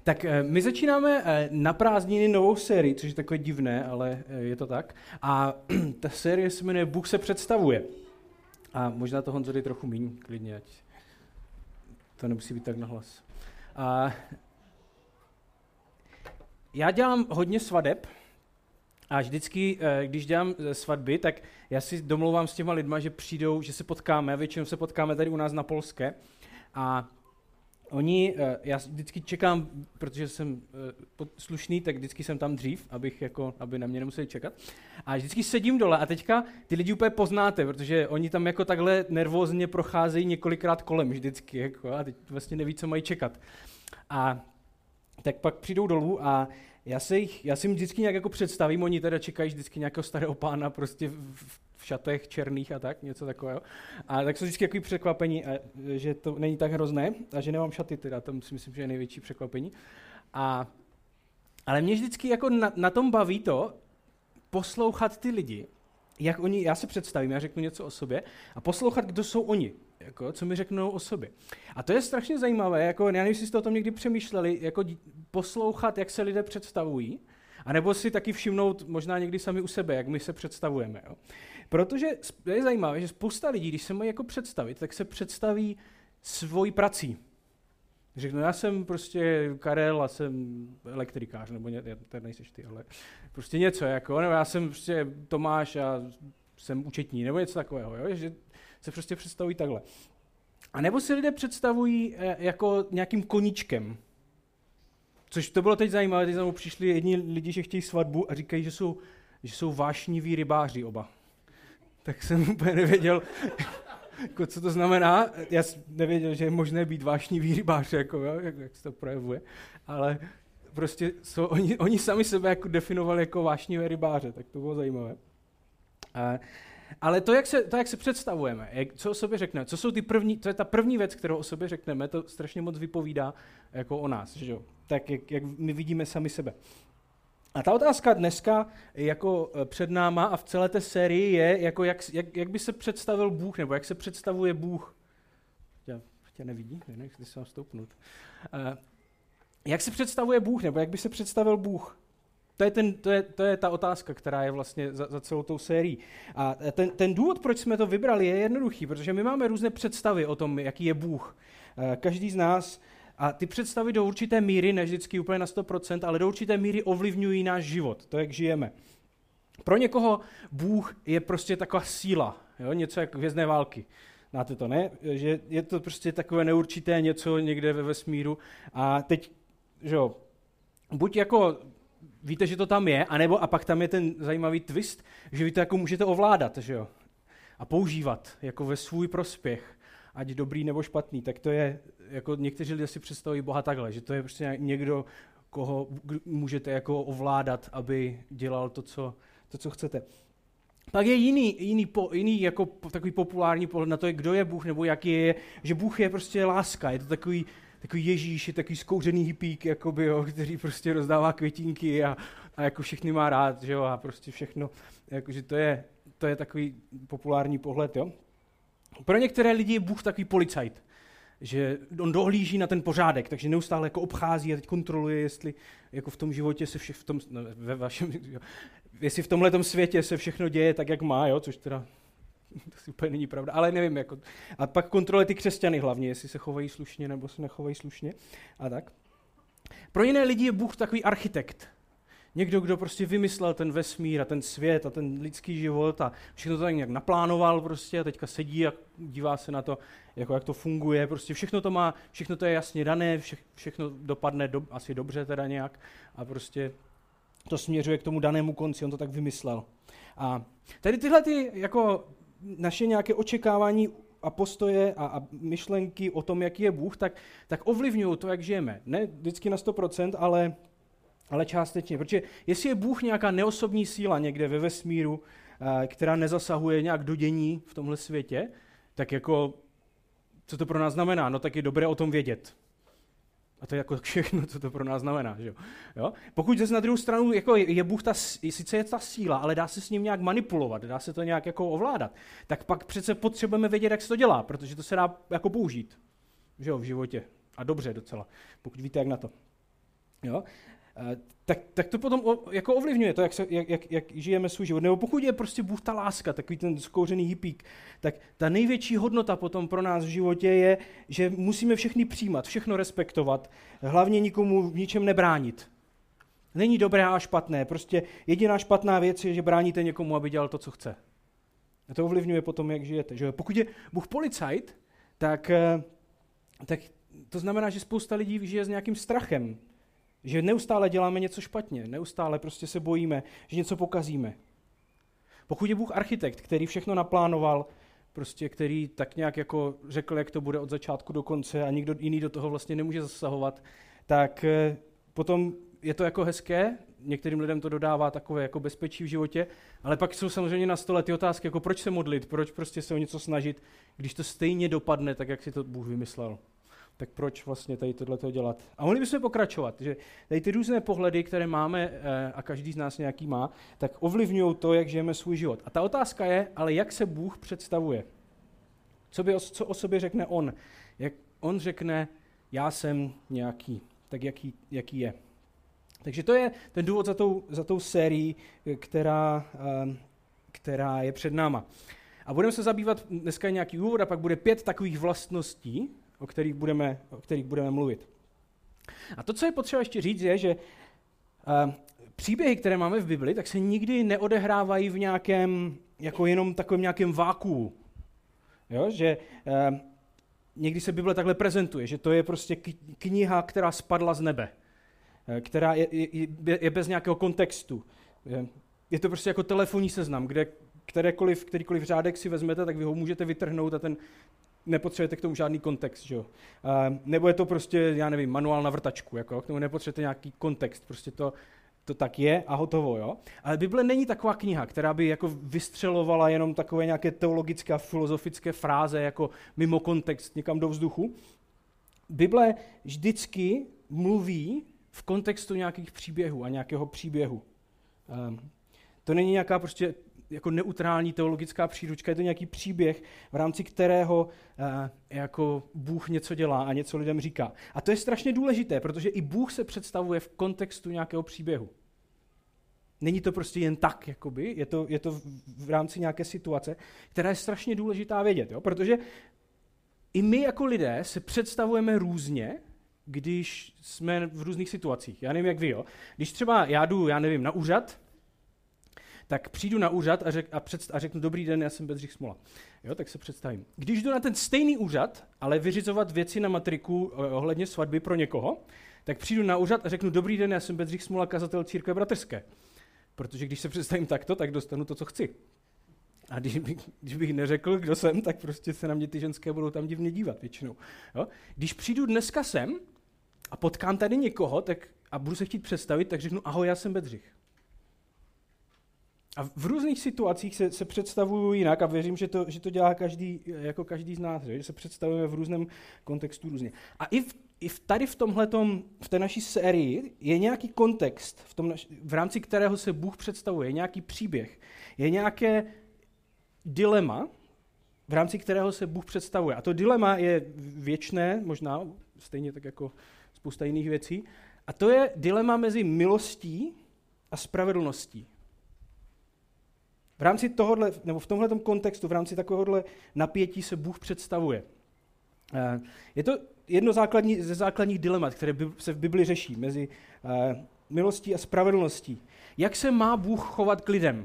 Tak my začínáme na prázdniny novou sérii, což je takové divné, ale je to tak. A ta série se jmenuje Bůh se představuje. A možná to Honzo dej trochu míň, klidně, ať to nemusí být tak nahlas. A já dělám hodně svadeb a vždycky, když dělám svatby, tak já si domlouvám s těma lidma, že přijdou, že se potkáme, většinou se potkáme tady u nás na Polské. A já vždycky čekám, protože jsem slušný, tak vždycky jsem tam dřív, aby na mě nemuseli čekat. A vždycky sedím dole a teďka ty lidi úplně poznáte, protože oni tam jako takhle nervózně procházejí několikrát kolem vždycky, jako, a teď vlastně neví, co mají čekat. A tak pak přijdou dolů a já si jim vždycky nějak jako představím, oni teda čekají vždycky nějakého starého pána prostě v šatech černých a tak, něco takového. A tak jsou vždycky takový překvapení, že to není tak hrozné a že nemám šaty teda, tam si myslím, že je největší překvapení. Ale mě vždycky jako na tom baví to poslouchat ty lidi, jak oni, já se představím, já řeknu něco o sobě a poslouchat, kdo jsou oni, jako, co mi řeknou o sobě. A to je strašně zajímavé, jako, já nevím, jestli jste o tom někdy přemýšleli, jako poslouchat, jak se lidé představují, anebo si taky všimnout možná někdy sami u sebe, jak my se představujeme. Jo. Protože je zajímavé, že spousta lidí, když se mají jako představit, tak se představí svojí prací. Řeknu, já jsem prostě Karel a jsem elektrikář, nebo tady nejseš ty, ale prostě něco, jako, nebo já jsem prostě Tomáš a jsem účetní, nebo něco takového, jo, že se prostě představují takhle. A nebo si lidé představují jako nějakým koníčkem. Což to bylo teď zajímavé, teď za mnou přišli jedni lidi, že chtějí svatbu a říkají, že jsou vášniví rybáři oba. Tak jsem úplně nevěděl, jako, co to znamená. Já jsem nevěděl, že je možné být vášnivý rybář, jako, jak se to projevuje. Ale prostě oni sami sebe jako definovali jako vášnivé rybáře, tak to bylo zajímavé. Ale to, jak se představujeme, co o sobě řekneme, to je ta první věc, kterou o sobě řekneme, to strašně moc vypovídá jako o nás, že jo? Tak jak my vidíme sami sebe. A ta otázka dneska jako před náma a v celé té sérii je, jako jak by se představil Bůh, nebo jak se představuje Bůh. Tě nevidí, nechci se vám stoupnout. Jak se představuje Bůh, nebo jak by se představil Bůh? To je ta otázka, která je vlastně za celou tou sérií. A ten důvod, proč jsme to vybrali, je jednoduchý, protože my máme různé představy o tom, jaký je Bůh. Každý z nás, a ty představy do určité míry, ne vždycky úplně na 100%, ale do určité míry ovlivňují náš život, to, jak žijeme. Pro někoho Bůh je prostě taková síla, jo? Něco jak Hvězdné války. Znáte to, ne? Že je to prostě takové neurčité něco někde ve vesmíru. A teď, že jo, buď jako víte, že to tam je, a pak tam je ten zajímavý twist, že vy to jako můžete ovládat, že jo? A používat jako ve svůj prospěch, ať dobrý nebo špatný, tak to je, jako někteří lidé si představují Boha takhle, že to je prostě někdo, koho můžete jako ovládat, aby dělal to, co chcete. Pak je jiný jako takový populární pohled na to, kdo je Bůh, nebo jaký je, že Bůh je prostě láska, je to takový Ježíš, je takový zkouřený hippík, jakoby, jo, který prostě rozdává květinky a jako všechny má rád, že jo, a prostě všechno, jakože to je takový populární pohled, jo. Pro některé lidi je Bůh takový policajt, že on dohlíží na ten pořádek, takže neustále jako obchází a teď kontroluje, jestli jako v tom životě se jestli v tomhletom světě se všechno děje tak, jak má, jo, což teda to si úplně není pravda, ale nevím, jako. A pak kontroluje ty křesťany hlavně, jestli se chovají slušně nebo se nechovají slušně a tak. Pro jiné lidi je Bůh takový architekt. Někdo, kdo prostě vymyslel ten vesmír a ten svět a ten lidský život a všechno to tak nějak naplánoval prostě a teďka sedí a dívá se na to, jako jak to funguje, prostě všechno to je jasně dané, všechno dopadne asi dobře teda nějak a prostě to směřuje k tomu danému konci, on to tak vymyslel. A tady tyhle jako naše nějaké očekávání a postoje a myšlenky o tom, jaký je Bůh, tak ovlivňují to, jak žijeme. Ne vždycky na 100%, ale částečně. Protože jestli je Bůh nějaká neosobní síla někde ve vesmíru, která nezasahuje nějak do dění v tomhle světě, tak jako, co to pro nás znamená? No tak je dobré o tom vědět. A to je jako všechno, co to pro nás znamená. Že jo? Pokud zase na druhou stranu jako je Bůh sice je ta síla, ale dá se s ním nějak manipulovat, dá se to nějak jako ovládat, tak pak přece potřebujeme vědět, jak se to dělá, protože to se dá jako použít, že jo, v životě. A dobře docela, pokud víte, jak na to. Jo? Tak to potom jako ovlivňuje to, jak žijeme svůj život. Nebo pokud je prostě Bůh ta láska, takový ten zkouřený hippík, tak ta největší hodnota potom pro nás v životě je, že musíme všechny přijímat, všechno respektovat, hlavně nikomu v ničem nebránit. Není dobré a špatné, prostě jediná špatná věc je, že bráníte někomu, aby dělal to, co chce. A to ovlivňuje potom, jak žijete. Že? Pokud je Bůh policajt, tak to znamená, že spousta lidí žije s nějakým strachem, že neustále děláme něco špatně, neustále prostě se bojíme, že něco pokazíme. Pokud je Bůh architekt, který všechno naplánoval, prostě který tak nějak jako řekl, jak to bude od začátku do konce a nikdo jiný do toho vlastně nemůže zasahovat, tak potom je to jako hezké, některým lidem to dodává takové jako bezpečí v životě, ale pak jsou samozřejmě na stole ty otázky, jako proč se modlit, proč prostě se o něco snažit, když to stejně dopadne tak, jak si to Bůh vymyslel. Tak proč vlastně tady tohleto dělat? A mohli bychom pokračovat, že tady ty různé pohledy, které máme a každý z nás nějaký má, tak ovlivňují to, jak žijeme svůj život. A ta otázka je, ale jak se Bůh představuje? Co o sobě řekne on? Jak on řekne, já jsem nějaký, tak jaký je. Takže to je ten důvod za tou sérií, která je před náma. A budeme se zabývat, dneska je nějaký úvod a pak bude 5 takových vlastností, o kterých budeme mluvit. A to, co je potřeba ještě říct, je, že příběhy, které máme v Bibli, tak se nikdy neodehrávají v nějakém, jako jenom takovém nějakém vákuu. Jo? Že někdy se Bible takhle prezentuje, že to je prostě kniha, která spadla z nebe, která je bez nějakého kontextu. Je to prostě jako telefonní seznam, kde kterýkoliv řádek si vezmete, tak vy ho můžete vytrhnout a nepotřebujete k tomu žádný kontext. Že? Nebo je to prostě, já nevím, manuál na vrtačku, jako, k tomu nepotřebujete nějaký kontext, prostě to tak je a hotovo. Jo? Ale Bible není taková kniha, která by jako vystřelovala jenom takové nějaké teologické a filozofické fráze jako mimo kontext někam do vzduchu. Bible vždycky mluví v kontextu nějakých příběhů a nějakého příběhu. To není nějaká prostě jako neutrální teologická příručka, je to nějaký příběh, v rámci kterého jako Bůh něco dělá a něco lidem říká. A to je strašně důležité, protože i Bůh se představuje v kontextu nějakého příběhu. Není to prostě jen tak, jakoby, je to v rámci nějaké situace, která je strašně důležitá vědět, jo? Protože i my jako lidé se představujeme různě, když jsme v různých situacích. Já nevím, jak vy, jo. Když třeba já jdu, na úřad, tak přijdu na úřad a řeknu dobrý den, já jsem Bedřich Smola. Jo, tak se představím. Když jdu na ten stejný úřad, ale vyřizovat věci na matriku ohledně svatby pro někoho, tak přijdu na úřad a řeknu dobrý den, já jsem Bedřich Smola, kazatel církve bratrské. Protože když se představím takto, tak dostanu to, co chci. A když bych neřekl, kdo jsem, tak prostě se na mě ty ženské budou tam divně dívat většinou. Jo? Když přijdu dneska sem a potkám tady někoho a budu se chtít představit, tak řeknu ahoj, já jsem Bedřich. A v různých situacích se představuju jinak a věřím, že to dělá každý z nás, že se představujeme v různém kontextu různě. A i tady v té naší sérii je nějaký kontext, v rámci kterého se Bůh představuje, je nějaký příběh, je nějaké dilema, v rámci kterého se Bůh představuje. A to dilema je věčné, možná stejně tak jako spousta jiných věcí, a to je dilema mezi milostí a spravedlností. V rámci tohohle, nebo v tomhletom kontextu, v rámci takovéhohle napětí se Bůh představuje. Je to jedno ze základních dilemat, které se v Bibli řeší mezi milostí a spravedlností. Jak se má Bůh chovat k lidem?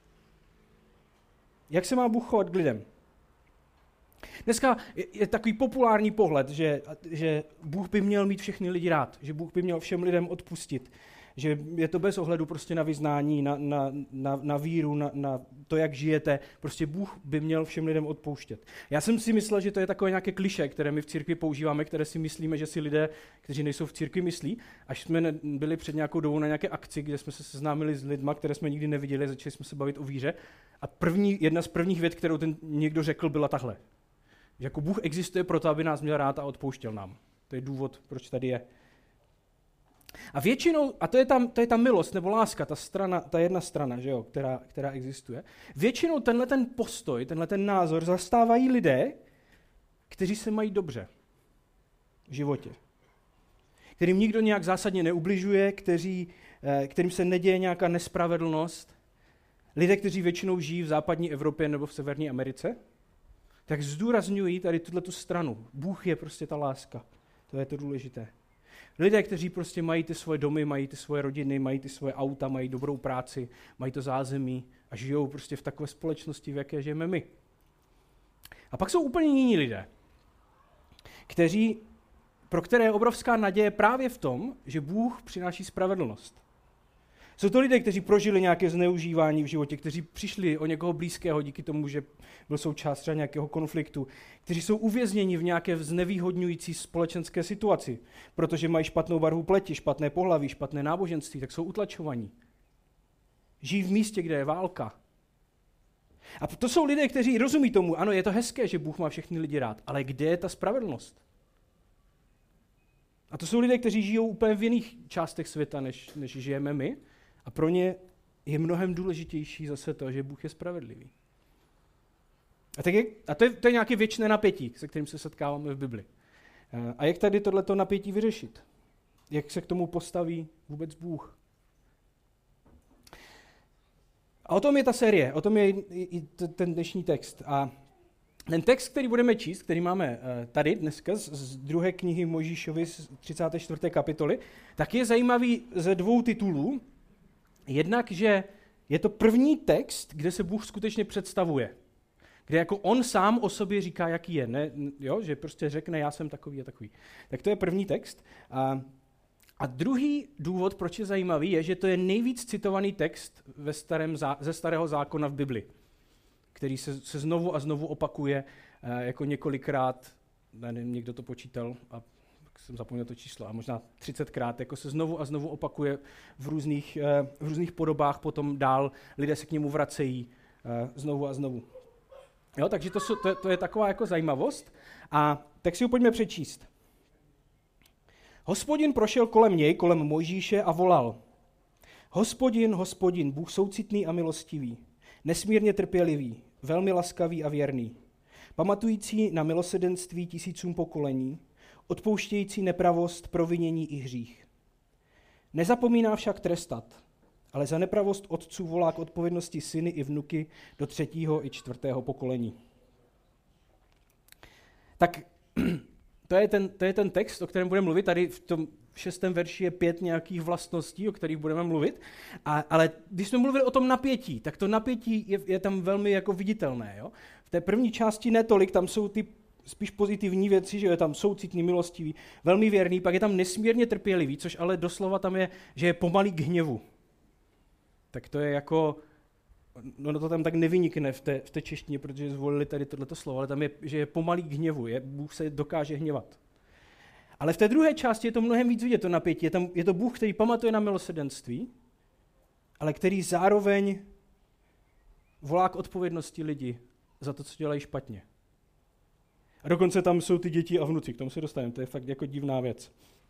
Jak se má Bůh chovat k lidem? Dneska je takový populární pohled, že Bůh by měl mít všechny lidi rád, že Bůh by měl všem lidem odpustit, že je to bez ohledu prostě na vyznání, na víru, na to, jak žijete. Prostě Bůh by měl všem lidem odpouštět. Já jsem si myslel, že to je takové nějaké klišé, které my v církvi používáme, které si myslíme, že si lidé, kteří nejsou v církvi, myslí. Až jsme byli před nějakou dobou na nějaké akci, kde jsme se seznámili s lidma, které jsme nikdy neviděli, začali jsme se bavit o víře. A jedna z prvních vět, kterou ten někdo řekl, byla tahle. Že jako Bůh existuje proto, aby nás měl rád a odpouštěl nám. To je důvod, proč tady je. A většinou, a to je ta milost nebo láska, ta jedna strana, že jo, která existuje. Většinou ten postoj, ten názor zastávají lidé, kteří se mají dobře v životě. kterým nikdo nějak zásadně neubližuje, kterým se neděje nějaká nespravedlnost, lidé, kteří většinou žijí v západní Evropě nebo v Severní Americe, tak zdůrazňují tady tuto stranu. Bůh je prostě ta láska. To je to důležité. Lidé, kteří prostě mají ty svoje domy, mají ty svoje rodiny, mají ty svoje auta, mají dobrou práci, mají to zázemí a žijou prostě v takové společnosti, v jaké žijeme my. A pak jsou úplně jiní lidé, pro které je obrovská naděje právě v tom, že Bůh přináší spravedlnost. Jsou to lidé, kteří prožili nějaké zneužívání v životě, kteří přišli o někoho blízkého díky tomu, že byl součást třeba nějakého konfliktu, kteří jsou uvězněni v nějaké znevýhodňující společenské situaci, protože mají špatnou barvu pleti, špatné pohlaví, špatné náboženství, tak jsou utlačovaní. Žijí v místě, kde je válka. A to jsou lidé, kteří rozumí tomu, ano, je to hezké, že Bůh má všechny lidi rád, ale kde je ta spravedlnost? A to jsou lidé, kteří žijou úplně v jiných částech světa, než žijeme my, a pro ně je mnohem důležitější zase to, že Bůh je spravedlivý. A to je nějaké věčné napětí, se kterým se setkáváme v Bibli. A jak tady tohleto napětí vyřešit? Jak se k tomu postaví vůbec Bůh? A o tom je ta série, o tom je i ten dnešní text. A ten text, který budeme číst, který máme tady dneska z 2. knihy Mojžíšovi z 34. kapitoly, tak je zajímavý ze 2 titulů. Jednak, že je to první text, kde se Bůh skutečně představuje. Kde jako on sám o sobě říká, jaký je. Ne, jo, že prostě řekne, já jsem takový a takový. Tak to je první text. A druhý důvod, proč je zajímavý, je, že to je nejvíc citovaný text ze Starého zákona v Bibli, který se znovu a znovu opakuje jako několikrát, nevím, někdo to počítal, a jsem zapomněl to číslo, a možná 30krát, jako se znovu a znovu opakuje v různých podobách, potom dál lidé se k němu vracejí znovu a znovu. Jo, takže to je taková jako zajímavost. A tak si ho pojďme přečíst. Hospodin prošel kolem něj, kolem Mojžíše a volal. Hospodin, Hospodin, Bůh soucitný a milostivý, nesmírně trpělivý, velmi laskavý a věrný, pamatující na milosrdenství tisícům pokolení, odpouštějící nepravost, provinění i hřích. Nezapomíná však trestat, ale za nepravost otců volá k odpovědnosti syny i vnuky do 3. i 4. pokolení. Tak to je ten text, o kterém budeme mluvit. Tady v tom 6. verši je 5 nějakých vlastností, o kterých budeme mluvit. Ale když jsme mluvili o tom napětí, tak to napětí je tam velmi jako viditelné. Jo? V té první části netolik, tam jsou ty spíš pozitivní věci, že je tam soucitný, milostivý, velmi věrný, pak je tam nesmírně trpělivý, což ale doslova tam je, že je pomalý k hněvu. Tak to je jako, no to tam tak nevynikne v té češtině, protože zvolili tady tohleto slovo, ale tam je, že je pomalý k hněvu, Bůh se dokáže hněvat. Ale v té druhé části je to mnohem víc vidět, to napětí. Je to Bůh, který pamatuje na milosrdenství, ale který zároveň volá k odpovědnosti lidi za to, co dělají špatně. A dokonce tam jsou ty děti a vnuci, k tomu se dostaneme, to je fakt jako divná věc.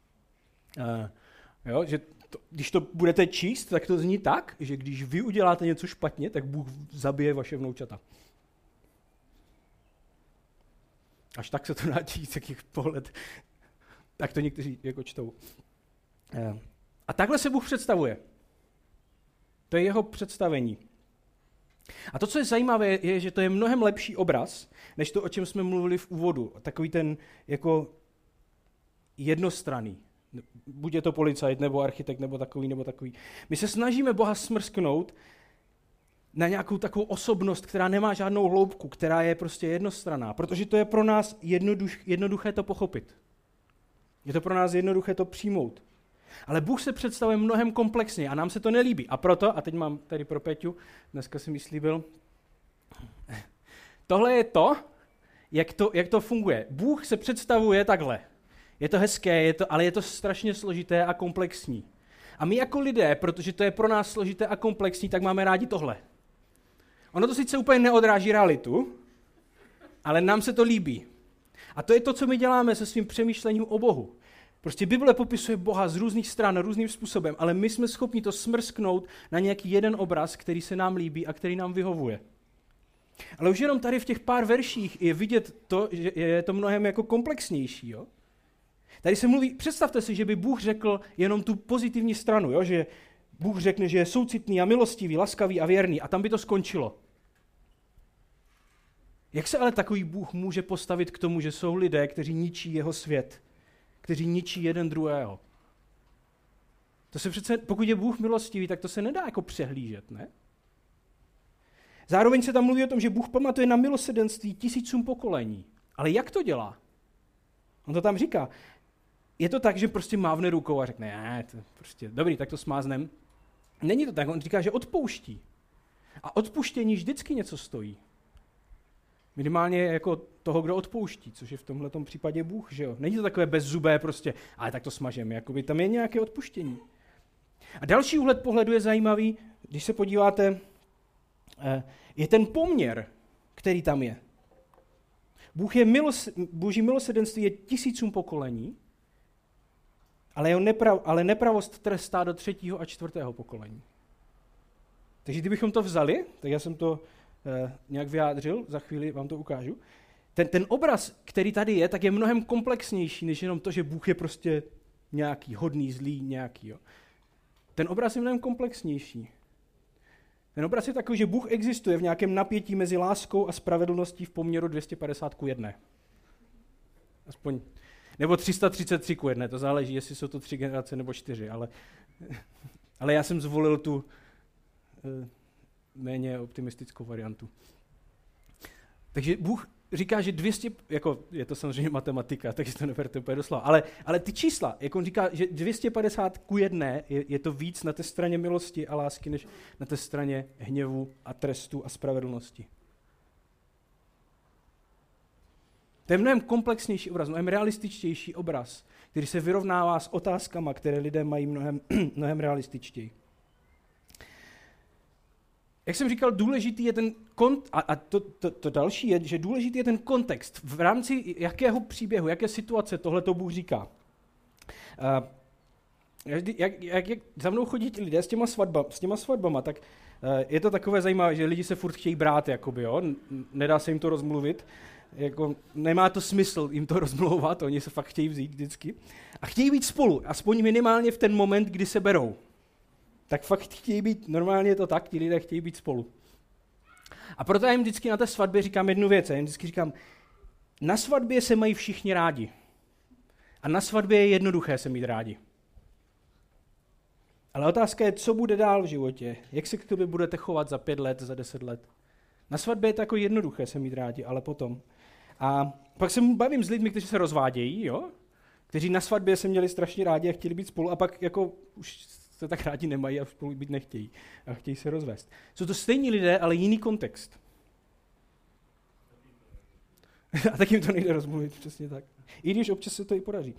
Že když to budete číst, tak to zní tak, že když vy uděláte něco špatně, tak Bůh zabije vaše vnoučata. Až tak se to dá číst, jaký pohled. Tak to někteří jako čtou. A takhle se Bůh představuje. To je jeho představení. A to, co je zajímavé, je, že to je mnohem lepší obraz, než to, o čem jsme mluvili v úvodu. Takový ten jako jednostranný. Buď je to policajt, nebo architekt, nebo takový. My se snažíme Boha smrsknout na nějakou takovou osobnost, která nemá žádnou hloubku, která je prostě jednostranná, protože to je pro nás jednoduché to pochopit. Je to pro nás jednoduché to přijmout. Ale Bůh se představuje mnohem komplexněji a nám se to nelíbí. A proto, a teď mám tady pro Peťu, dneska si myslíbil, tohle je to, jak to funguje. Bůh se představuje takhle. Je to hezké, ale je to strašně složité a komplexní. A my jako lidé, protože to je pro nás složité a komplexní, tak máme rádi tohle. Ono to sice úplně neodráží realitu, ale nám se to líbí. A to je to, co my děláme se svým přemýšlením o Bohu. Prostě Bible popisuje Boha z různých stran, různým způsobem, ale my jsme schopni to smrsknout na nějaký jeden obraz, který se nám líbí a který nám vyhovuje. Ale už jenom tady v těch pár verších je vidět to, že je to mnohem jako komplexnější. Jo? Tady se mluví, představte si, že by Bůh řekl jenom tu pozitivní stranu, jo? Že Bůh řekne, že je soucitný a milostivý, laskavý a věrný a tam by to skončilo. Jak se ale takový Bůh může postavit k tomu, že jsou lidé, kteří ničí jeho svět, kteří ničí jeden druhého? To se přece, pokud je Bůh milostivý, tak to se nedá jako přehlížet, ne? Zároveň se tam mluví o tom, že Bůh pamatuje na milosrdenství tisícům pokolení. Ale jak to dělá? On to tam říká. Je to tak, že prostě mávne rukou a řekne, ne, to prostě dobrý, tak to smáznem. Není to tak, on říká, že odpouští. A odpuštění vždycky něco stojí. Minimálně jako toho, kdo odpouští, což je v tomhletom případě Bůh, že jo. Není to takové bezzubé prostě, ale tak to smažeme, jakoby tam je nějaké odpuštění. A další úhled pohledu je zajímavý, když se podíváte, je ten poměr, který tam je. Boží milosrdenství je tisícům pokolení, ale nepravost trestá do 3. a 4. pokolení. Takže kdybychom to vzali, tak já jsem to nějak vyjádřil, za chvíli vám to ukážu. Ten obraz, který tady je, tak je mnohem komplexnější, než jenom to, že Bůh je prostě nějaký hodný, zlý, nějaký. Jo. Ten obraz je mnohem komplexnější. Ten obraz je takový, že Bůh existuje v nějakém napětí mezi láskou a spravedlností v poměru 250:1. Aspoň. Nebo 333:1, to záleží, jestli jsou to 3 generace nebo 4, ale já jsem zvolil tu méně optimistickou variantu. Takže Bůh říká, že 200, jako je to samozřejmě matematika, takže to neberte úplně doslova, ale ty čísla, jak on říká, že 250:1 je to víc na té straně milosti a lásky, než na té straně hněvu a trestu a spravedlnosti. To je mnohem komplexnější obraz, mnohem realističtější obraz, který se vyrovnává s otázkama, které lidé mají mnohem realističtěji. Jak jsem říkal, důležitý je ten to další je, že důležitý je ten kontext, v rámci jakého příběhu, jaké situace tohleto Bůh říká. Jak za mnou chodí ti lidé s těma svatbama, tak je to takové zajímavé, že lidi se furt chtějí brát, jakoby, jo? Nedá se jim to rozmluvit, jako, nemá to smysl jim to rozmlouvat, oni se fakt chtějí vzít vždycky. A chtějí být spolu, aspoň minimálně v ten moment, kdy se berou. Tak fakt chtějí být, normálně je to tak, ti lidé chtějí být spolu. A proto já jim vždycky na té svatbě říkám jednu věc, já jim vždycky říkám, na svatbě se mají všichni rádi. A na svatbě je jednoduché se mít rádi. Ale otázka je, co bude dál v životě, jak se k tobě budete chovat za 5 let, za 10 let. Na svatbě je to jako jednoduché se mít rádi, ale potom. A pak se bavím s lidmi, kteří se rozvádějí, jo? Kteří na svatbě se měli strašně rádi a chtěli být spolu a pak jako už se tak rádi nemají a spolu být nechtějí a chtějí se rozvést. Jsou to stejní lidé, ale jiný kontext. A tak jim to nejde rozmluvit, přesně tak. I když občas se to i podaří.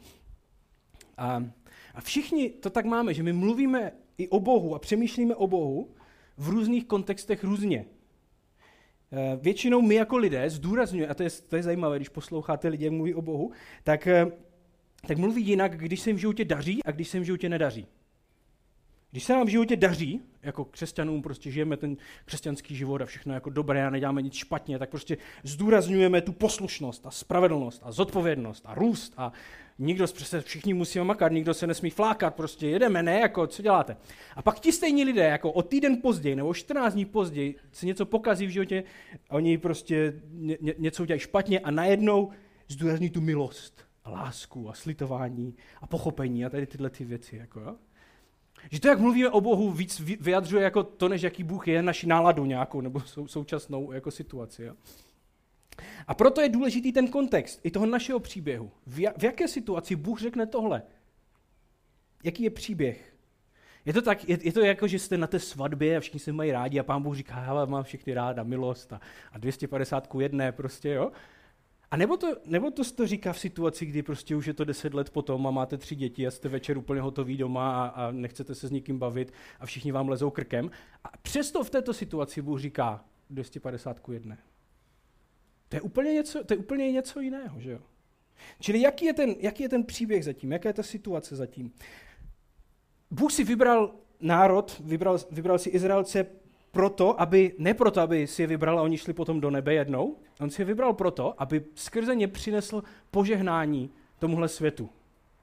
A všichni to tak máme, že my mluvíme i o Bohu a přemýšlíme o Bohu v různých kontextech různě. Většinou my jako lidé zdůrazňujeme, a to je zajímavé, když posloucháte lidi, jak mluví o Bohu, tak mluví jinak, když se jim v životě daří a když se jim v životě nedaří. Když se nám v životě daří, jako křesťanům prostě žijeme ten křesťanský život a všechno jako dobré a neděláme nic špatně, tak prostě zdůrazňujeme tu poslušnost a spravedlnost a zodpovědnost a růst a všichni musíme makat, nikdo se nesmí flákat, prostě jedeme, ne, jako co děláte. A pak ti stejní lidé, jako o týden později nebo 14 dní později se něco pokazí v životě a oni prostě něco udělají špatně a najednou zdůrazní tu milost a lásku a slitování a pochopení a tady tyhle ty věci, jako jo. Že to, jak mluvíme o Bohu, víc vyjadřuje jako to, než jaký Bůh je, naši náladu nějakou nebo současnou jako situaci. Jo? A proto je důležitý ten kontext i toho našeho příběhu. V jaké situaci Bůh řekne tohle? Jaký je příběh? Je to tak, je to jako, že jste na té svatbě a všichni se mají rádi a Pán Bůh říká, já mám všechny rád a milost a 250:1 prostě, jo? A nebo to říká v situaci, kdy prostě už je to 10 let potom a máte 3 děti a jste večer úplně hotoví doma a nechcete se s nikým bavit a všichni vám lezou krkem. A přesto v této situaci Bůh říká 250:1. To je úplně něco jiného, že jo? Čili jaký je ten příběh zatím, jaká je ta situace zatím? Bůh si vybral národ, vybral si Izraelce ne proto, aby si je vybral a oni šli potom do nebe jednou, on si je vybral proto, aby skrze ně přinesl požehnání tomuhle světu.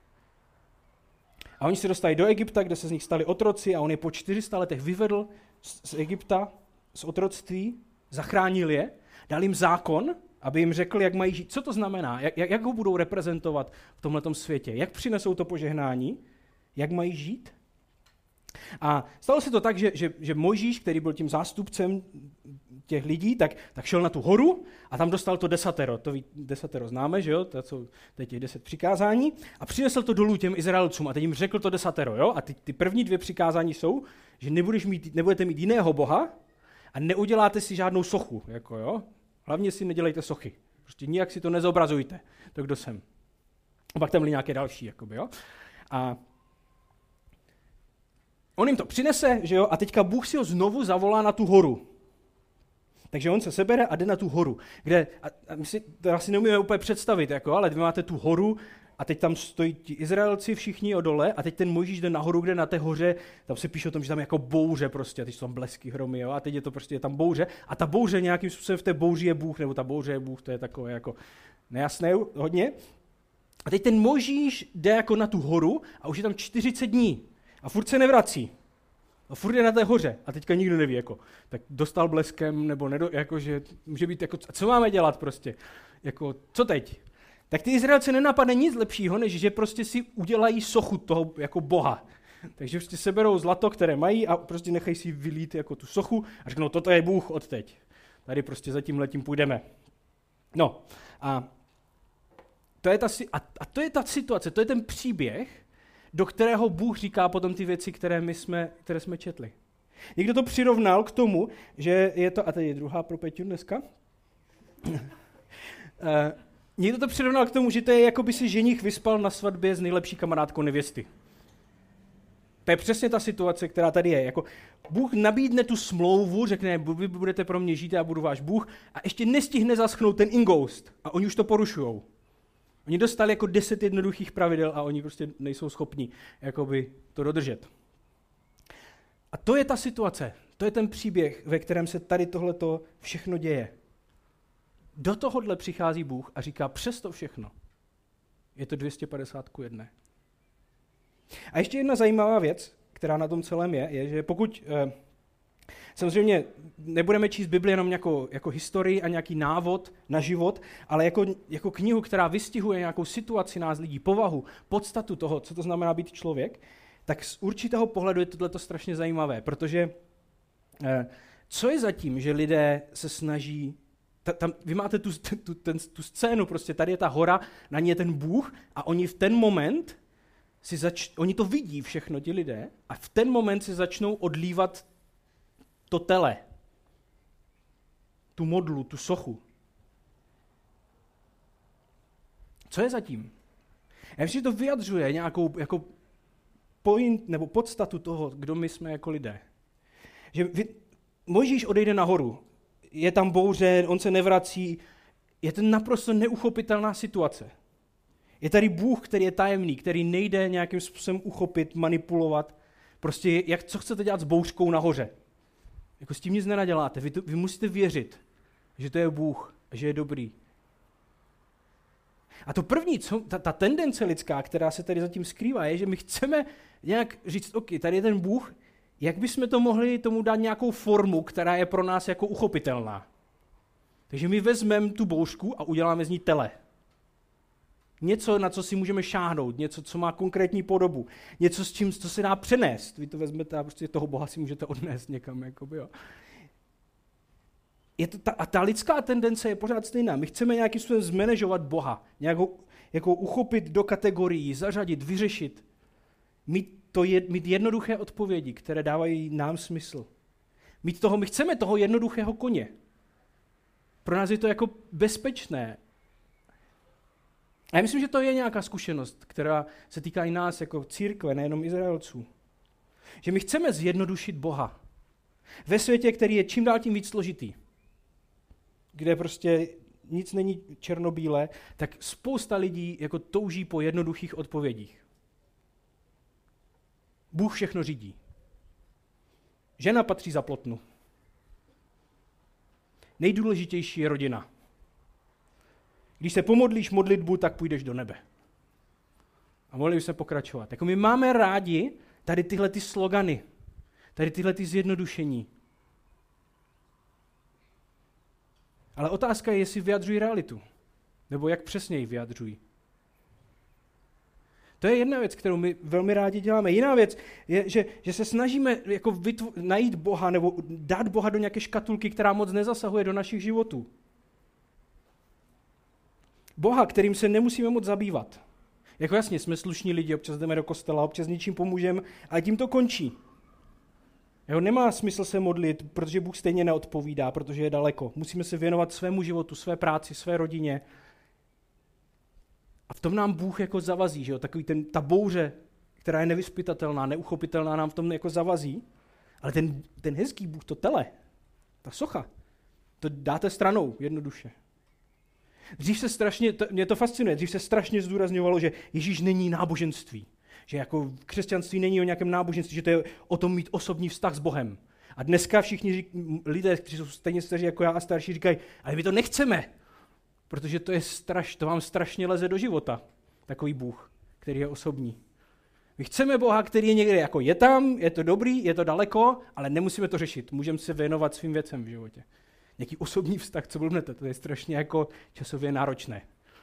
A oni se dostali do Egypta, kde se z nich stali otroci a on je po 400 letech vyvedl z Egypta, z otroctví, zachránil je, dal jim zákon, aby jim řekl, jak mají žít. Co to znamená? Jak ho budou reprezentovat v tomhletom světě? Jak přinesou to požehnání? Jak mají žít? A stalo se to tak, že Mojžíš, který byl tím zástupcem těch lidí, tak šel na tu horu a tam dostal to desatero. To desatero známe, že jo? To jsou těch 10 přikázání. A přinesl to dolů těm Izraelcům a teď jim řekl to desatero. Jo? A ty první 2 přikázání jsou, že nebudete mít jiného boha a neuděláte si žádnou sochu. Jako, jo? Hlavně si nedělejte sochy. Prostě nijak si to nezobrazujte, to kdo jsem. A pak tam byly nějaké další. Jakoby, jo? A on jim to přinese, že jo, a teďka Bůh si ho znovu zavolá na tu horu. Takže on se sebere a jde na tu horu, kde, a my si to asi neumíme úplně představit, jako, ale vy máte tu horu a teď tam stojí ti Izraelci všichni o dole a teď ten Mojžíš jde nahoru, kde na té hoře, tam se píše o tom, že tam je jako bouře prostě, a teď jsou tam blesky, hromy, jo, a teď je to prostě, je tam bouře a ta bouře nějakým způsobem v té bouři je Bůh, nebo ta bouře je Bůh, to je takové jako nejasné hodně. A teď ten Mojžíš jde jako na tu horu a už je tam 40 dní. A furt se nevrací. A furt je na té hoře. A teďka nikdo neví, jako, tak dostal bleskem, nebo jakože může být, jako, co máme dělat prostě? Jako, co teď? Tak ty Izraelce nenapadne nic lepšího, než že prostě si udělají sochu toho jako boha. Takže prostě seberou zlato, které mají a prostě nechají si vylít jako tu sochu a řeknou, toto je Bůh odteď. Tady prostě za tímhletím půjdeme. No a to je ta situace, to je ten příběh, do kterého Bůh říká potom ty věci, které jsme četli. Někdo to přirovnal k tomu, že je to, a tady je druhá pro Peťu dneska, někdo to přirovnal k tomu, že to je, jako by si ženich vyspal na svatbě s nejlepší kamarádkou nevěsty. To je přesně ta situace, která tady je. Jako Bůh nabídne tu smlouvu, řekne, vy budete pro mě žít, já budu váš Bůh, a ještě nestihne zaschnout ten ingoust. A oni už to porušujou. Oni dostali jako 10 jednoduchých pravidel a oni prostě nejsou schopni jakoby to dodržet. A to je ta situace, to je ten příběh, ve kterém se tady tohleto všechno děje. Do tohohle přichází Bůh a říká, přes to všechno je to 250:1. A ještě jedna zajímavá věc, která na tom celém je, že pokud samozřejmě nebudeme číst Bibli jenom jako historii a nějaký návod na život, ale jako knihu, která vystihuje nějakou situaci nás lidí, povahu, podstatu toho, co to znamená být člověk, tak z určitého pohledu je tohleto strašně zajímavé, protože co je zatím, že lidé se snaží, vy máte tu scénu, prostě tady je ta hora, na ní je ten Bůh a oni v ten moment, oni to vidí všechno, ti lidé, a v ten moment si začnou odlívat to tele, tu modlu, tu sochu. Co je zatím? Já myslím, že to vyjadřuje nějakou jako point nebo podstatu toho, kdo my jsme jako lidé. Že Mojžíš odejde nahoru, je tam bouře, on se nevrací, je to naprosto neuchopitelná situace. Je tady Bůh, který je tajemný, který nejde nějakým způsobem uchopit, manipulovat. Prostě co chcete dělat s bouřkou nahoře? Jako s tím nic nenaděláte. Vy musíte věřit, že to je Bůh, že je dobrý. A to první, ta tendence lidská, která se tady zatím skrývá, je, že my chceme nějak říct, OK, tady je ten Bůh, jak bychom to mohli tomu dát nějakou formu, která je pro nás jako uchopitelná. Takže my vezmeme tu bouřku a uděláme z ní tele. Něco, na co si můžeme šáhnout, něco, co má konkrétní podobu, něco, co se dá přenést. Vy to vezmete a prostě toho Boha si můžete odnést někam. Jakoby, jo. A ta lidská tendence je pořád stejná. My chceme nějakým způsobem zmanéžovat Boha, nějak ho jako uchopit do kategorií, zařadit, vyřešit. Mít jednoduché odpovědi, které dávají nám smysl. My chceme toho jednoduchého koně. Pro nás je to jako bezpečné. A já myslím, že to je nějaká zkušenost, která se týká i nás jako církve, nejenom Izraelců. Že my chceme zjednodušit Boha. Ve světě, který je čím dál tím víc složitý, kde prostě nic není černobílé, tak spousta lidí jako touží po jednoduchých odpovědích. Bůh všechno řídí. Žena patří za plotnu. Nejdůležitější je rodina. Když se pomodlíš modlitbu, tak půjdeš do nebe. A mohli bychom pokračovat. Jako my máme rádi tady tyhle ty slogany, tady tyhle ty zjednodušení. Ale otázka je, jestli vyjadřují realitu. Nebo jak přesně ji vyjadřují. To je jedna věc, kterou my velmi rádi děláme. Jiná věc je, že se snažíme jako najít Boha nebo dát Boha do nějaké škatulky, která moc nezasahuje do našich životů. Boha, kterým se nemusíme moc zabývat. Jako jasně, jsme slušní lidi, občas jdeme do kostela, občas něčím pomůžeme, ale tím to končí. Jeho nemá smysl se modlit, protože Bůh stejně neodpovídá, protože je daleko. Musíme se věnovat svému životu, své práci, své rodině. A v tom nám Bůh jako zavazí, že jo? Takový ta bouře, která je nevyzpytatelná, neuchopitelná, nám v tom jako zavazí. Ale ten hezký Bůh, to tele, ta socha, to dáte stranou jednoduše. Dřív se strašně, mě to fascinuje, dřív se strašně zdůrazňovalo, že Ježíš není náboženství. Že jako křesťanství není o nějakém náboženství, že to je o tom mít osobní vztah s Bohem. A dneska všichni lidé, kteří jsou stejně staří jako já a starší, říkají, ale my to nechceme, protože to vám strašně leze do života, takový Bůh, který je osobní. My chceme Boha, který je někde jako je tam, je to dobrý, je to daleko, ale nemusíme to řešit, můžeme se věnovat svým věcem v životě. Nějaký osobní vztah, co blbnete, to je strašně jako časově náročné.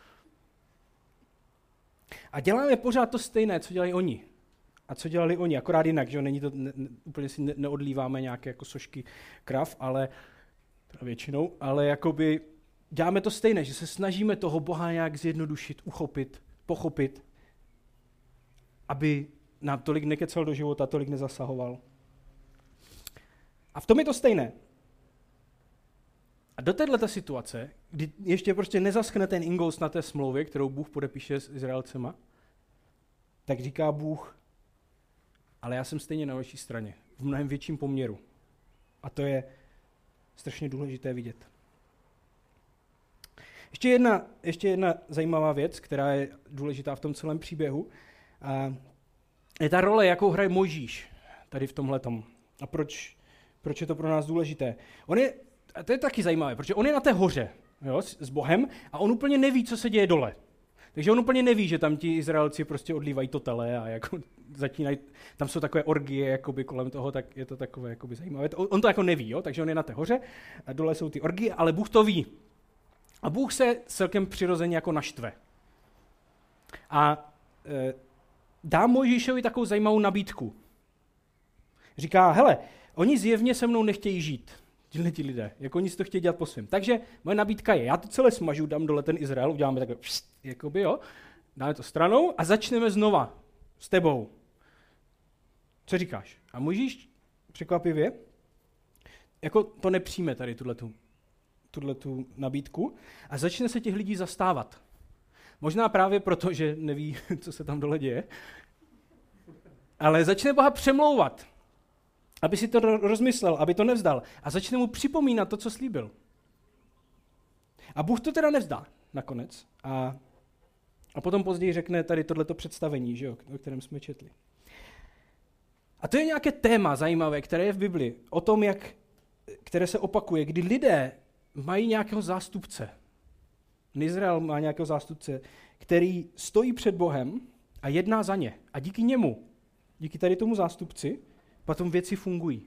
A děláme pořád to stejné, co dělají oni. A co dělali oni, akorát jinak, že není to, úplně si neodlíváme nějaké jako sošky krav, ale většinou, ale jakoby děláme to stejné, že se snažíme toho Boha nějak zjednodušit, uchopit, pochopit, aby nám tolik nekecel do života, tolik nezasahoval. A v tom je to stejné. A do této situace, kdy ještě prostě nezaschne ten ingoust na té smlouvě, kterou Bůh podepíše s Izraelcema, tak říká Bůh, ale já jsem stejně na vaší straně, v mnohem větším poměru. A to je strašně důležité vidět. Ještě jedna zajímavá věc, která je důležitá v tom celém příběhu, je ta role, jakou hraje Mojžíš tady v tomhletom. A proč je to pro nás důležité? A to je taky zajímavé, protože on je na té hoře, jo, s Bohem a on úplně neví, co se děje dole. Takže on úplně neví, že tam ti Izraelci prostě odlívají to tele a jako začínají, tam jsou takové orgie jakoby kolem toho, tak je to takové jakoby zajímavé. On to jako neví, jo, takže on je na té hoře a dole jsou ty orgie, ale Bůh to ví. A Bůh se celkem přirozeně jako naštve. A dá Mojžíšovi takovou zajímavou nabídku. Říká, hele, oni zjevně se mnou nechtějí žít. Ti lidé, jako oni si to chtějí dělat po svém. Takže moje nabídka je, já to celé smažu, dám dole ten Izrael, uděláme takhle, jakoby, jo, dáme to stranou a začneme znova s tebou. Co říkáš? A Mojžíš překvapivě, jako to nepřijme tady tuhletu nabídku a začne se těch lidí zastávat. Možná právě proto, že neví, co se tam dole děje, ale začne Boha přemlouvat, aby si to rozmyslel, aby to nevzdal. A začne mu připomínat to, co slíbil. A Bůh to teda nevzdá nakonec. A potom později řekne tady tohleto představení, že jo, o kterém jsme četli. A to je nějaké téma zajímavé, které je v Bibli, o tom, které se opakuje, kdy lidé mají nějakého zástupce. Izrael má nějakého zástupce, který stojí před Bohem a jedná za ně. A díky němu, díky tady tomu zástupci, potom věci fungují.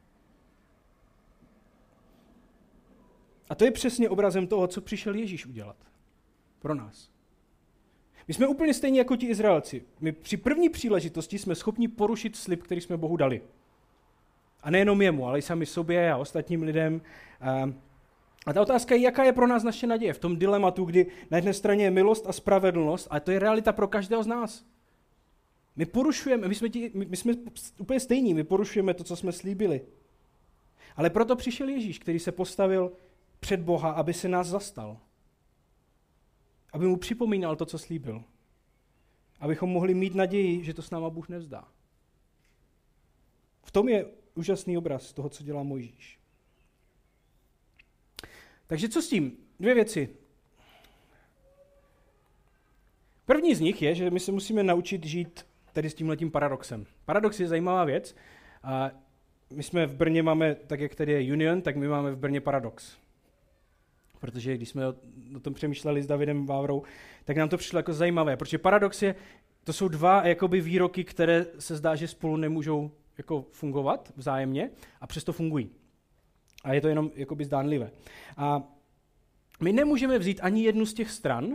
A to je přesně obrazem toho, co přišel Ježíš udělat pro nás. My jsme úplně stejní jako ti Izraelci. My při první příležitosti jsme schopni porušit slib, který jsme Bohu dali. A nejenom jemu, ale i sami sobě a ostatním lidem. A ta otázka je, jaká je pro nás naše naděje v tom dilematu, kdy na jedné straně je milost a spravedlnost, a to je realita pro každého z nás. My porušujeme, my jsme úplně stejní, my porušujeme to, co jsme slíbili. Ale proto přišel Ježíš, který se postavil před Boha, aby se nás zastal. Aby mu připomínal to, co slíbil. Abychom mohli mít naději, že to s náma Bůh nevzdá. V tom je úžasný obraz toho, co dělá Mojžíš. Takže co s tím? 2 věci. První z nich je, že my se musíme naučit žít tady s tímhletím paradoxem. Paradox je zajímavá věc. A my jsme v Brně máme, tak jak tady je Union, tak my máme v Brně Paradox. Protože když jsme o tom přemýšleli s Davidem Vávrou, tak nám to přišlo jako zajímavé, protože paradox je To jsou dva jakoby výroky, které se zdá, že spolu nemůžou jako fungovat vzájemně a přesto fungují. A je to jenom jakoby zdánlivé. A my nemůžeme vzít ani jednu z těch stran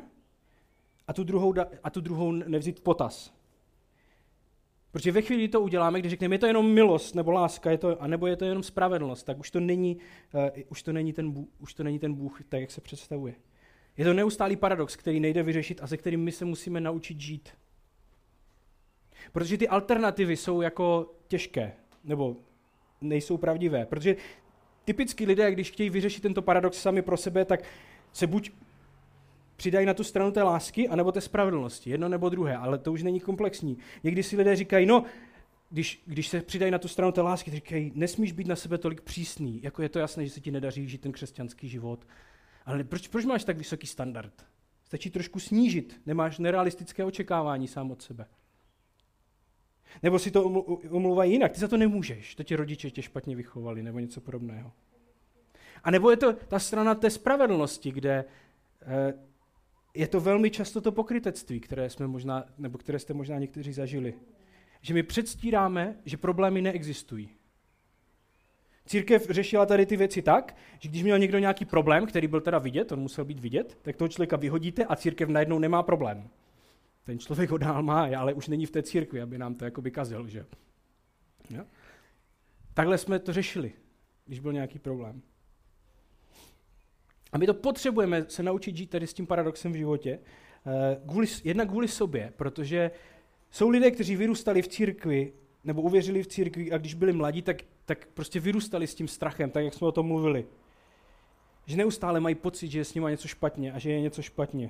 a tu druhou nevzít v potaz. Protože ve chvíli, kdy to uděláme, když řekneme, je to jenom milost nebo láska, anebo je to jenom spravedlnost, tak už to není ten Bůh, tak jak se představuje. Je to neustálý paradox, který nejde vyřešit a se kterým my se musíme naučit žít. Protože ty alternativy jsou jako těžké, nebo nejsou pravdivé. Protože typicky lidé, když chtějí vyřešit tento paradox sami pro sebe, tak se buď přidají na tu stranu té lásky, anebo té spravedlnosti. Jedno nebo druhé, ale to už není komplexní. Někdy si lidé říkají, když se přidají na tu stranu té lásky, říkají, nesmíš být na sebe tolik přísný, jako je to jasné, že se ti nedaří žít ten křesťanský život. Ale proč máš tak vysoký standard? Stačí trošku snížit, nemáš nerealistické očekávání sám od sebe. Nebo si to omlouvají jinak, ty za to nemůžeš, to rodiče tě špatně vychovali, nebo něco podobného. A nebo je to ta strana té spravedlnosti, kde je to velmi často to pokrytectví, které jste možná někteří zažili. Že my předstíráme, že problémy neexistují. Církev řešila tady ty věci tak, že když měl někdo nějaký problém, který byl teda vidět, on musel být vidět, tak toho člověka vyhodíte a církev najednou nemá problém. Ten člověk ho dál má, ale už není v té církvi, aby nám to jakoby kazil, že? Jo? Takhle jsme to řešili, když byl nějaký problém. A my to potřebujeme se naučit žít tady s tím paradoxem v životě, jednak kvůli sobě, protože jsou lidé, kteří vyrůstali v církvi, nebo uvěřili v církvi a když byli mladí, tak prostě vyrůstali s tím strachem, tak jak jsme o tom mluvili. Že neustále mají pocit, že je s nima něco špatně a že je něco špatně.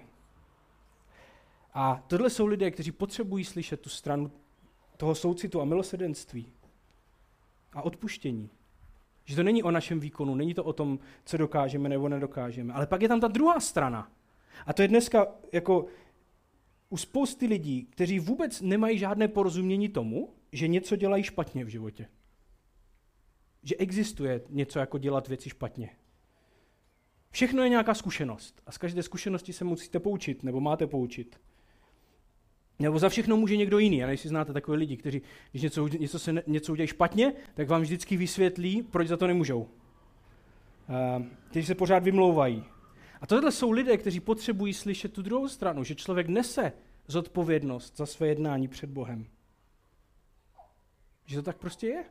A tohle jsou lidé, kteří potřebují slyšet tu stranu toho soucitu a milosrdenství a odpuštění. Že to není o našem výkonu, není to o tom, co dokážeme nebo nedokážeme. Ale pak je tam ta druhá strana. A to je dneska jako u spousty lidí, kteří vůbec nemají žádné porozumění tomu, že něco dělají špatně v životě. Že existuje něco jako dělat věci špatně. Všechno je nějaká zkušenost. A z každé zkušenosti se musíte poučit, nebo máte poučit. Nebo za všechno může někdo jiný. A než si znáte takové lidi, kteří, když něco udělají špatně, tak vám vždycky vysvětlí, proč za to nemůžou. Kteří se pořád vymlouvají. A tohle jsou lidé, kteří potřebují slyšet tu druhou stranu, že člověk nese zodpovědnost za své jednání před Bohem. Že to tak prostě je.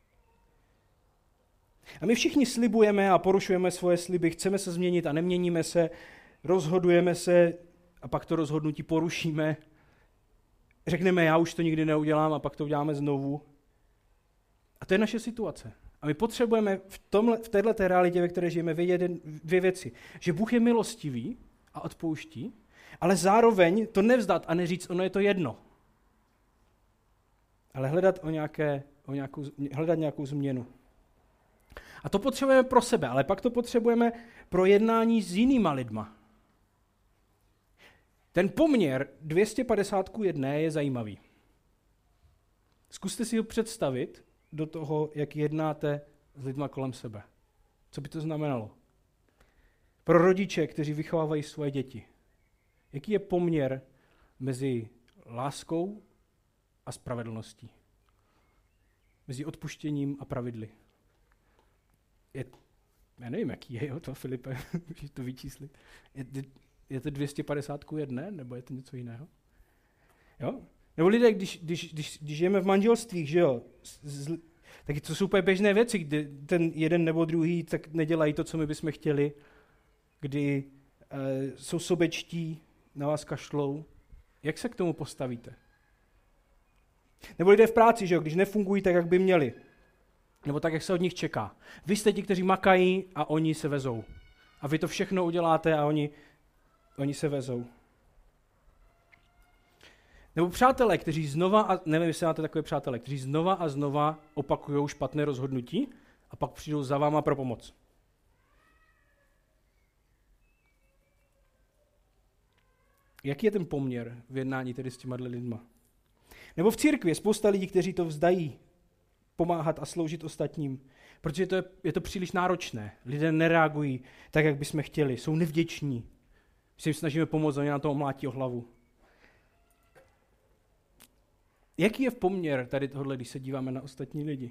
A my všichni slibujeme a porušujeme svoje sliby, chceme se změnit a neměníme se, rozhodujeme se a pak to rozhodnutí porušíme. Řekneme, já už to nikdy neudělám a pak to uděláme znovu. A to je naše situace. A my potřebujeme v této realitě, ve které žijeme, vědět dvě věci. Že Bůh je milostivý a odpouští, ale zároveň to nevzdat a neříct, ono je to jedno. Ale hledat nějakou změnu. A to potřebujeme pro sebe, ale pak to potřebujeme pro jednání s jinýma lidma. Ten poměr 250:1 je zajímavý. Zkuste si ho představit do toho, jak jednáte s lidma kolem sebe. Co by to znamenalo? Pro rodiče, kteří vychovávají svoje děti. Jaký je poměr mezi láskou a spravedlností? Mezi odpuštěním a pravidly? Já nevím, jaký je to, Filipe, můžeš to vyčíslit. Je to 250:1, nebo je to něco jiného? Jo? Nebo lidé, když žijeme v manželstvích, že jo, tak to jsou úplně běžné věci, kdy ten jeden nebo druhý tak nedělají to, co my bychom chtěli, kdy jsou sobečtí, na vás kašlou. Jak se k tomu postavíte? Nebo lidé v práci, že jo, když nefungují tak, jak by měli. Nebo tak, jak se od nich čeká. Vy jste ti, kteří makají a oni se vezou. A vy to všechno uděláte a oni se vezou. Nebo přátelé, kteří nevím, jestli máte takové přátelé, kteří znova a znova opakují špatné rozhodnutí a pak přijdou za váma pro pomoc. Jaký je ten poměr v jednání tedy s těma lidma? Nebo v církvi je spousta lidí, kteří to vzdají pomáhat a sloužit ostatním, protože je to příliš náročné. Lidé nereagují tak, jak bychom chtěli, jsou nevděční. My se jim snažíme pomoct, oni na to omlátí o hlavu. Jaký je poměr tady tohle, když se díváme na ostatní lidi?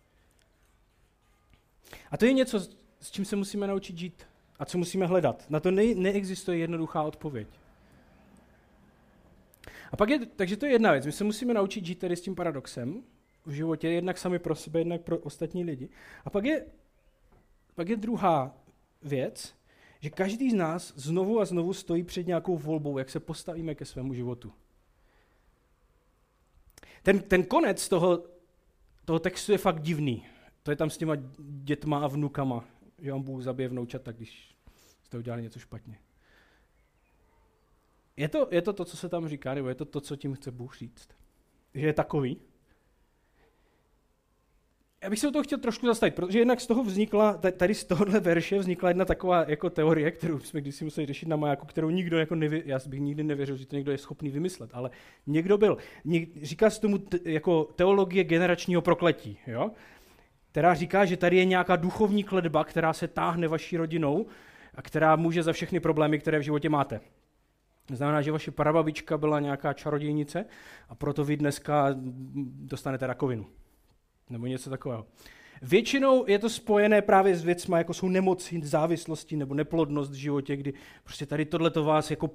A to je něco, s čím se musíme naučit žít a co musíme hledat. Na to neexistuje jednoduchá odpověď. A takže to je jedna věc. My se musíme naučit žít tady s tím paradoxem v životě, jednak sami pro sebe, jednak pro ostatní lidi. A pak je druhá věc, že každý z nás znovu a znovu stojí před nějakou volbou, jak se postavíme ke svému životu. Ten konec toho textu je fakt divný. To je tam s těma dětma a vnukama, že vám Bůh zabije vnoučata, když jste udělali něco špatně. Je to, co se tam říká, nebo je to, co tím chce Bůh říct? Že je takový? Já bych se o toho chtěl trošku zastavit, protože jednak z toho tady z tohohle verše vznikla jedna taková jako teorie, kterou jsme kdysi museli řešit na majáku, kterou nikdo jako já bych nikdy nevěřil, že to někdo je schopný vymyslet, ale někdo byl. Říká se tomu jako teologie generačního prokletí, jo? Která říká, že tady je nějaká duchovní kletba, která se táhne vaší rodinou a která může za všechny problémy, které v životě máte. Znamená, že vaše prababička byla nějaká čarodějnice a proto vy dneska dostanete rakovinu. Nebo něco takového. Většinou je to spojené právě s věcmi, jako jsou nemoci, závislosti nebo neplodnost v životě, kdy prostě tady tohleto vás jako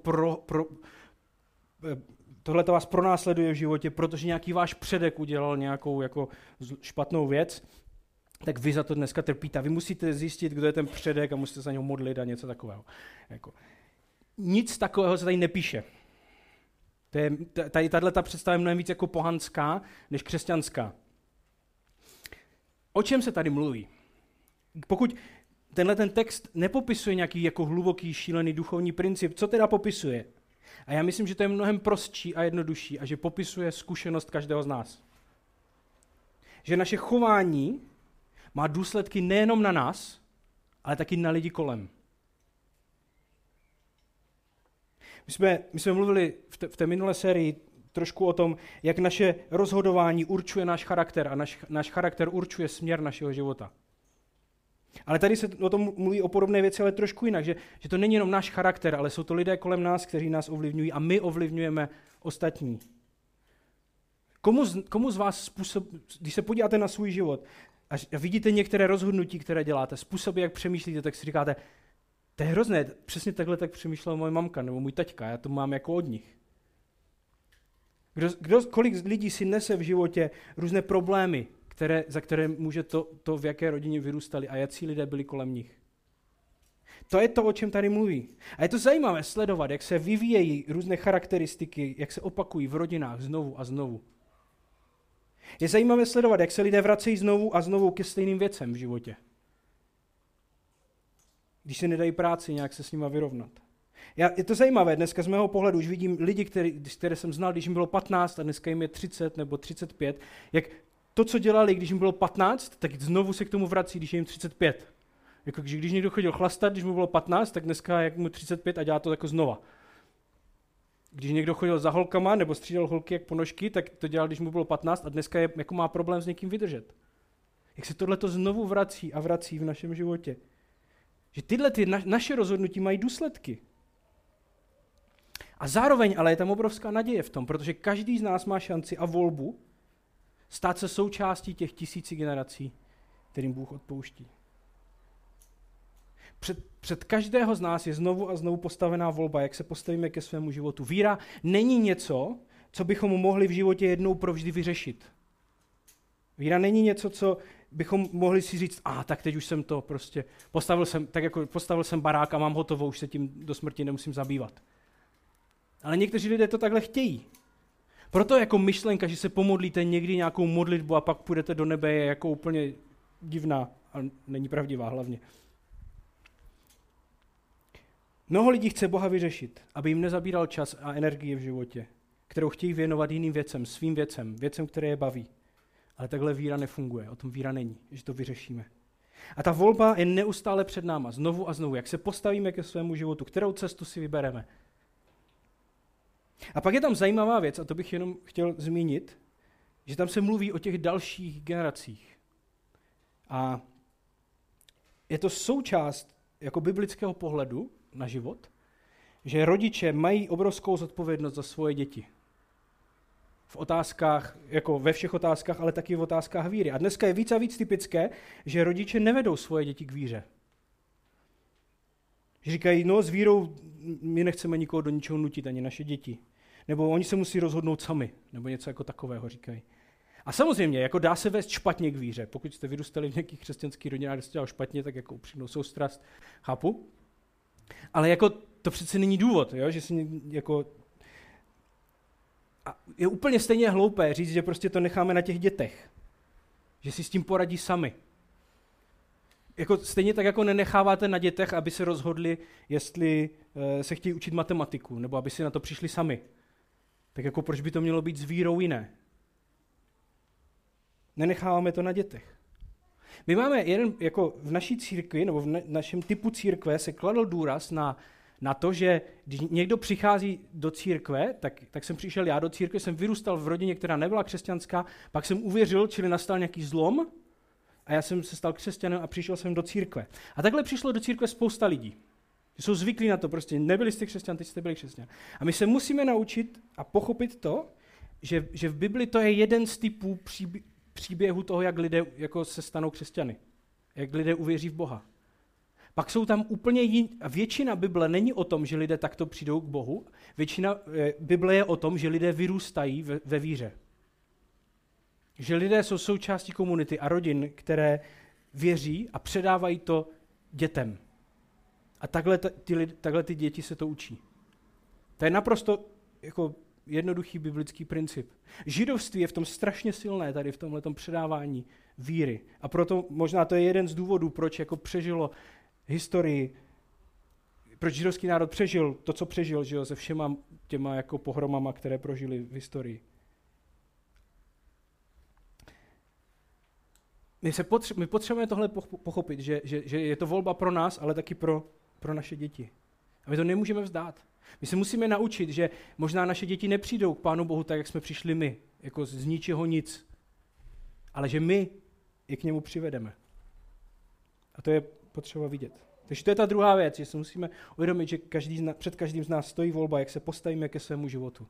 tohleto vás pronásleduje v životě, protože nějaký váš předek udělal nějakou jako špatnou věc, tak vy za to dneska trpíte. Vy musíte zjistit, kdo je ten předek a musíte se za něho modlit a něco takového. Jako. Nic takového se tady nepíše. Tato představa je mnohem víc jako pohanská než křesťanská. O čem se tady mluví? Pokud ten text nepopisuje nějaký jako hluboký, šílený duchovní princip, co teda popisuje? A já myslím, že to je mnohem prostší a jednodušší a že popisuje zkušenost každého z nás. Že naše chování má důsledky nejenom na nás, ale taky na lidi kolem. My jsme mluvili v té minulé sérii trošku o tom, jak naše rozhodování určuje náš charakter a náš charakter určuje směr našeho života. Ale tady se o tom mluví o podobné věci, ale trošku jinak, že to není jenom náš charakter, ale jsou to lidé kolem nás, kteří nás ovlivňují a my ovlivňujeme ostatní. Komu z vás když se podíváte na svůj život a vidíte některé rozhodnutí, které děláte, způsoby, jak přemýšlíte, tak si říkáte, to je hrozné, přesně takhle tak přemýšlela moje mamka nebo můj taťka, já to mám jako od nich. Kolik lidí si nese v životě různé problémy, za které může to, v jaké rodině vyrůstali a jací lidé byli kolem nich. To je to, o čem tady mluví. A je to zajímavé sledovat, jak se vyvíjejí různé charakteristiky, jak se opakují v rodinách znovu a znovu. Je zajímavé sledovat, jak se lidé vracejí znovu a znovu ke stejným věcem v životě. Když se nedají práci, nějak se s nima vyrovnat. Je to zajímavé, dneska z mého pohledu už vidím lidi, které jsem znal, když jim bylo 15 a dneska jim je 30 nebo 35, jak to, co dělali, když jim bylo 15, tak znovu se k tomu vrací, když je jim 35. Jako, když někdo chodil chlastat, když mu bylo 15, tak dneska je mu 35 a dělá to jako znova. Když někdo chodil za holkama nebo střídal holky jak ponožky, tak to dělal, když mu bylo 15 a dneska jako má problém s někým vydržet. Jak se tohleto znovu vrací a vrací v našem životě. Že tyhle naše rozhodnutí mají důsledky. A zároveň ale je tam obrovská naděje v tom, protože každý z nás má šanci a volbu stát se součástí těch tisíci generací, kterým Bůh odpouští. Před každého z nás je znovu a znovu postavená volba, jak se postavíme ke svému životu. Víra není něco, co bychom mohli v životě jednou provždy vyřešit. Víra není něco, co bychom mohli si říct, tak teď už jsem to prostě postavil jsem barák a mám hotovo, už se tím do smrti nemusím zabývat. Ale někteří lidé to takhle chtějí. Proto jako myšlenka, že se pomodlíte někdy nějakou modlitbu a pak půjdete do nebe, je jako úplně divná a není pravdivá hlavně. Mnoho lidí chce Boha vyřešit, aby jim nezabíral čas a energii v životě, kterou chtějí věnovat jiným věcem, svým věcem, které je baví. Ale takhle víra nefunguje, o tom víra není, že to vyřešíme. A ta volba je neustále před náma, znovu a znovu, jak se postavíme ke svému životu, kterou cestu si vybereme. A pak je tam zajímavá věc, a to bych jenom chtěl zmínit, že tam se mluví o těch dalších generacích. A je to součást jako biblického pohledu na život, že rodiče mají obrovskou zodpovědnost za svoje děti. v otázkách, jako ve všech otázkách, ale taky v otázkách víry. A dneska je víc a víc typické, že rodiče nevedou svoje děti k víře. Že říkají, no s vírou my nechceme nikoho do ničeho nutit, ani naše děti. Nebo oni se musí rozhodnout sami, nebo něco jako takového říkají. A samozřejmě, jako dá se vést špatně k víře. Pokud jste vyrůstali v nějakých křesťanských rodinách, kde se dělal špatně, tak jako upřímnou soustrast, chápu. Ale jako to přece není důvod, jo? Že si jako... A je úplně stejně hloupé říct, že prostě to necháme na těch dětech. Že si s tím poradí sami. Jako stejně tak, jako nenecháváte na dětech, aby se rozhodli, jestli se chtějí učit matematiku, nebo aby si na to přišli sami. Tak jako proč by to mělo být s vírou jiné? Nenecháváme to na dětech. My máme jako v naší církvi, nebo v našem typu církve se kladl důraz na to, že když někdo přichází do církve, tak jsem přišel já do církve, jsem vyrůstal v rodině, která nebyla křesťanská, pak jsem uvěřil, čili nastal nějaký zlom a já jsem se stal křesťanem a přišel jsem do církve. A takhle přišlo do církve spousta lidí. Jsou zvyklí na to, prostě nebyli jste křesťan, teď jste byli křesťan. A my se musíme naučit a pochopit to, že v Bibli to je jeden z typů příběhu toho, jak lidé jako se stanou křesťany. Jak lidé uvěří v Boha. Pak jsou tam úplně jiní. A většina Bible není o tom, že lidé takto přijdou k Bohu. Většina Bible je o tom, že lidé vyrůstají ve víře. Že lidé jsou součástí komunity a rodin, které věří a předávají to dětem. A takhle ty děti se to učí. To je naprosto jako jednoduchý biblický princip. Židovství je v tom strašně silné, tady v tomhletom předávání víry. A proto možná to je jeden z důvodů, proč jako přežilo historii, proč židovský národ přežil to, co přežil, že jo, se všema těma jako pohromama, které prožili v historii. My potřebujeme tohle pochopit, že je to volba pro nás, ale taky pro naše děti. A my to nemůžeme vzdát. My se musíme naučit, že možná naše děti nepřijdou k Pánu Bohu tak, jak jsme přišli my, jako z ničeho nic, ale že my je k němu přivedeme. A to je potřeba vidět. Takže to je ta druhá věc, že si musíme uvědomit, že před každým z nás stojí volba, jak se postavíme ke svému životu.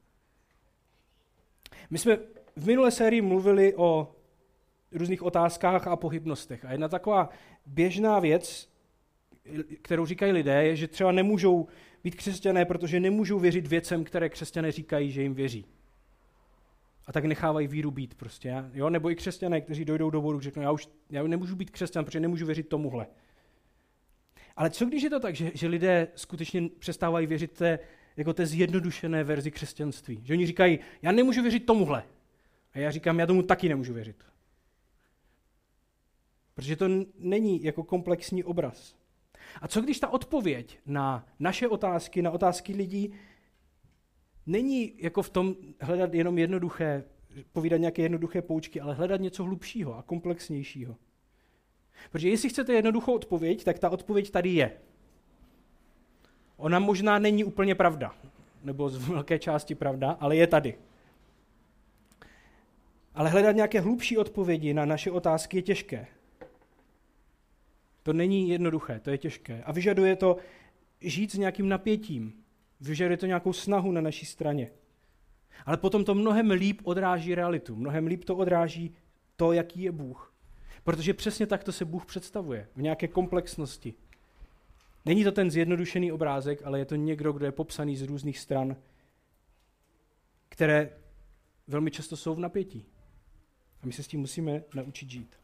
My jsme v minulé sérii mluvili o různých otázkách a pochybnostech. A jedna taková běžná věc, kterou říkají lidé, je, že třeba nemůžou být křesťané, protože nemůžou věřit věcem, které křesťané říkají, že jim věří. A tak nechávají víru být prostě. Jo? Nebo i křesťané, kteří dojdou do bodu, řeknou, já nemůžu být křesťan, protože nemůžu věřit tomuhle. Ale co když je to tak, že lidé skutečně přestávají věřit té zjednodušené verzi křesťanství? Že oni říkají, já nemůžu věřit tomuhle. A já říkám, já tomu taky nemůžu věřit. Protože to není jako komplexní obraz. A co když ta odpověď na naše otázky, na otázky lidí, není jako v tom hledat jenom jednoduché, povídat nějaké jednoduché poučky, ale hledat něco hlubšího a komplexnějšího. Protože jestli chcete jednoduchou odpověď, tak ta odpověď tady je. Ona možná není úplně pravda, nebo z velké části pravda, ale je tady. Ale hledat nějaké hlubší odpovědi na naše otázky je těžké. To není jednoduché, to je těžké. A vyžaduje to žít s nějakým napětím. Vyžaduje to nějakou snahu na naší straně. Ale potom to mnohem líp odráží realitu. Mnohem líp to odráží to, jaký je Bůh. Protože přesně takto se Bůh představuje. V nějaké komplexnosti. Není to ten zjednodušený obrázek, ale je to někdo, kdo je popsaný z různých stran, které velmi často jsou v napětí. A my se s tím musíme naučit žít.